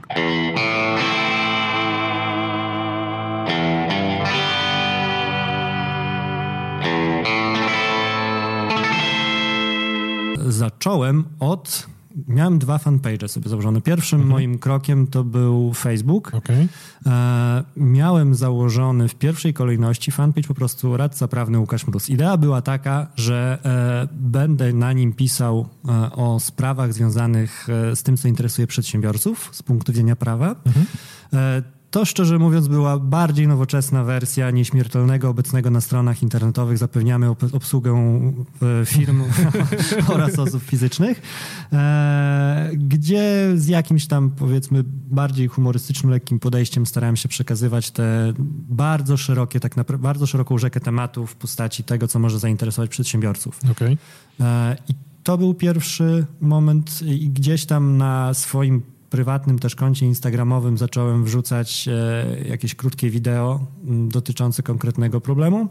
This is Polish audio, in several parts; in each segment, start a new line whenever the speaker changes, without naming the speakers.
Zacząłem miałem 2 fanpage sobie założone. Pierwszym moim krokiem to był Facebook.
Okay.
Miałem założony w pierwszej kolejności fanpage po prostu radca prawny Łukasz Mróz. Idea była taka, że będę na nim pisał o sprawach związanych z tym, co interesuje przedsiębiorców z punktu widzenia prawa. To, szczerze mówiąc, była bardziej nowoczesna wersja nieśmiertelnego obecnego na stronach internetowych. Zapewniamy obsługę firm oraz osób fizycznych, gdzie z jakimś tam, powiedzmy, bardziej humorystycznym, lekkim podejściem starałem się przekazywać te bardzo szerokie, tak naprawdę bardzo szeroką rzekę tematów w postaci tego, co może zainteresować przedsiębiorców.
Okay.
I to był pierwszy moment i gdzieś tam na swoim prywatnym też koncie instagramowym zacząłem wrzucać jakieś krótkie wideo dotyczące konkretnego problemu.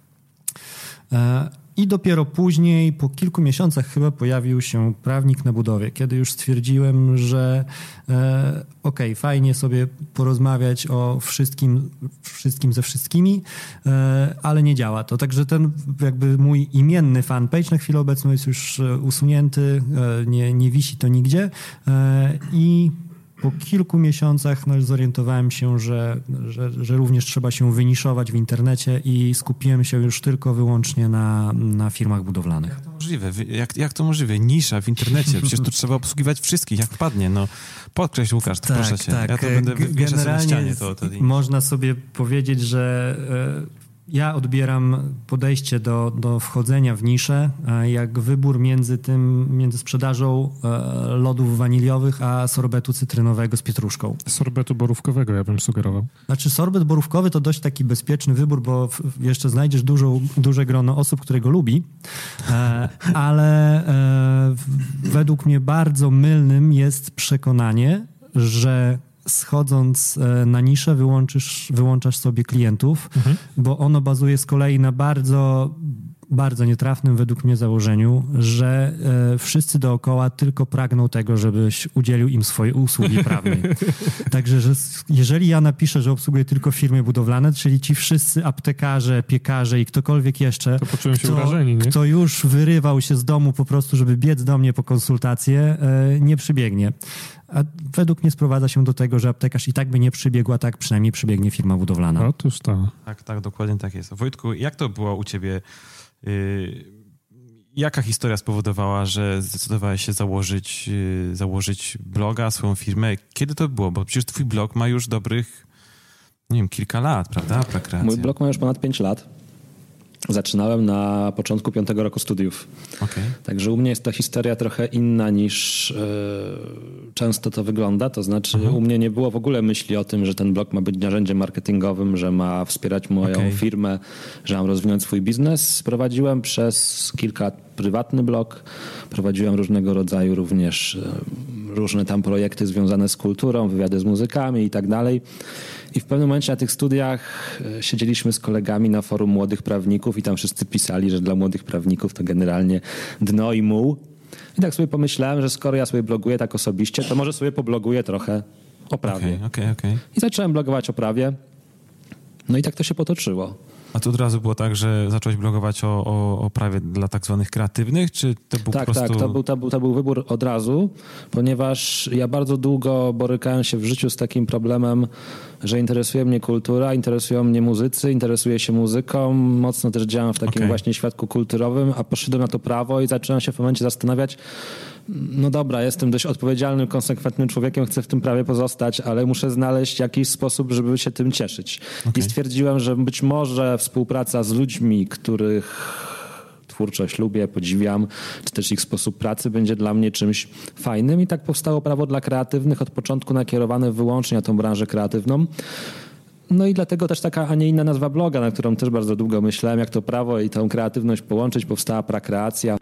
I dopiero później, po kilku miesiącach chyba pojawił się Prawnik na budowie, kiedy już stwierdziłem, że fajnie sobie porozmawiać o wszystkim ze wszystkimi, ale nie działa to. Także ten jakby mój imienny fanpage na chwilę obecną jest już usunięty, nie wisi to nigdzie i po kilku miesiącach zorientowałem się, że również trzeba się wyniszować w internecie i skupiłem się już tylko wyłącznie na firmach budowlanych.
Jak to możliwe? Jak to możliwe? Nisza w internecie. Przecież tu trzeba obsługiwać wszystkich, jak wpadnie. No, podkreśl, Łukasz, proszę cię.
Tak.
Ja to będę wieszać sobie na ścianie.
Można sobie powiedzieć, że ja odbieram podejście do wchodzenia w niszę jak wybór między sprzedażą lodów waniliowych a sorbetu cytrynowego z pietruszką.
Sorbetu borówkowego ja bym sugerował.
Znaczy sorbet borówkowy to dość taki bezpieczny wybór, bo jeszcze znajdziesz duże grono osób, które go lubi, ale według mnie bardzo mylnym jest przekonanie, że schodząc na niszę wyłączasz sobie klientów, bo ono bazuje z kolei na bardzo, bardzo nietrafnym według mnie założeniu, że wszyscy dookoła tylko pragną tego, żebyś udzielił im swojej usługi prawnej. Także, że jeżeli ja napiszę, że obsługuję tylko firmy budowlane, czyli ci wszyscy aptekarze, piekarze i ktokolwiek jeszcze,
to poczułem się urażeni, nie?
Kto już wyrywał się z domu po prostu, żeby biec do mnie po konsultację, nie przybiegnie. A według mnie sprowadza się do tego, że aptekarz i tak by nie przybiegł, a tak przynajmniej przybiegnie firma budowlana.
Otóż to.
Tak, dokładnie tak jest. Wojtku, jak to było u ciebie? Jaka historia spowodowała, że zdecydowałeś się założyć bloga, swoją firmę? Kiedy to było? Bo przecież twój blog ma już dobrych, nie wiem, kilka lat, prawda? Prakreacja.
Mój blog ma już ponad 5 lat. Zaczynałem na początku 5. roku studiów.
Okay.
Także u mnie jest ta historia trochę inna niż często to wygląda. To znaczy u mnie nie było w ogóle myśli o tym, że ten blog ma być narzędziem marketingowym, że ma wspierać moją firmę, że mam rozwinąć swój biznes. Prowadziłem przez kilka lat prywatny blog. Prowadziłem różnego rodzaju również różne tam projekty związane z kulturą, wywiady z muzykami i tak dalej. I w pewnym momencie na tych studiach siedzieliśmy z kolegami na forum młodych prawników i tam wszyscy pisali, że dla młodych prawników to generalnie dno i muł. I tak sobie pomyślałem, że skoro ja sobie bloguję tak osobiście, to może sobie pobloguję trochę o prawie.
Okay.
I zacząłem blogować o prawie. No i tak to się potoczyło.
A to od razu było tak, że zacząłeś blogować o prawie dla tak zwanych kreatywnych, czy to był po prostu...
Tak, to był wybór od razu, ponieważ ja bardzo długo borykałem się w życiu z takim problemem, że interesuje mnie kultura, interesują mnie muzycy, interesuję się muzyką, mocno też działam w takim właśnie świadku kulturowym, a poszedłem na to prawo i zacząłem się w momencie zastanawiać, no dobra, jestem dość odpowiedzialnym, konsekwentnym człowiekiem, chcę w tym prawie pozostać, ale muszę znaleźć jakiś sposób, żeby się tym cieszyć. I stwierdziłem, że być może współpraca z ludźmi, których twórczość lubię, podziwiam, czy też ich sposób pracy będzie dla mnie czymś fajnym. I tak powstało Prawo dla Kreatywnych, od początku nakierowane wyłącznie na tą branżę kreatywną. No i dlatego też taka, a nie inna nazwa bloga, na którą też bardzo długo myślałem, jak to prawo i tą kreatywność połączyć, powstała Prakreacja.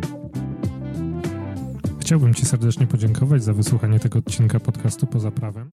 Chciałbym ci serdecznie podziękować za wysłuchanie tego odcinka podcastu Poza Prawem.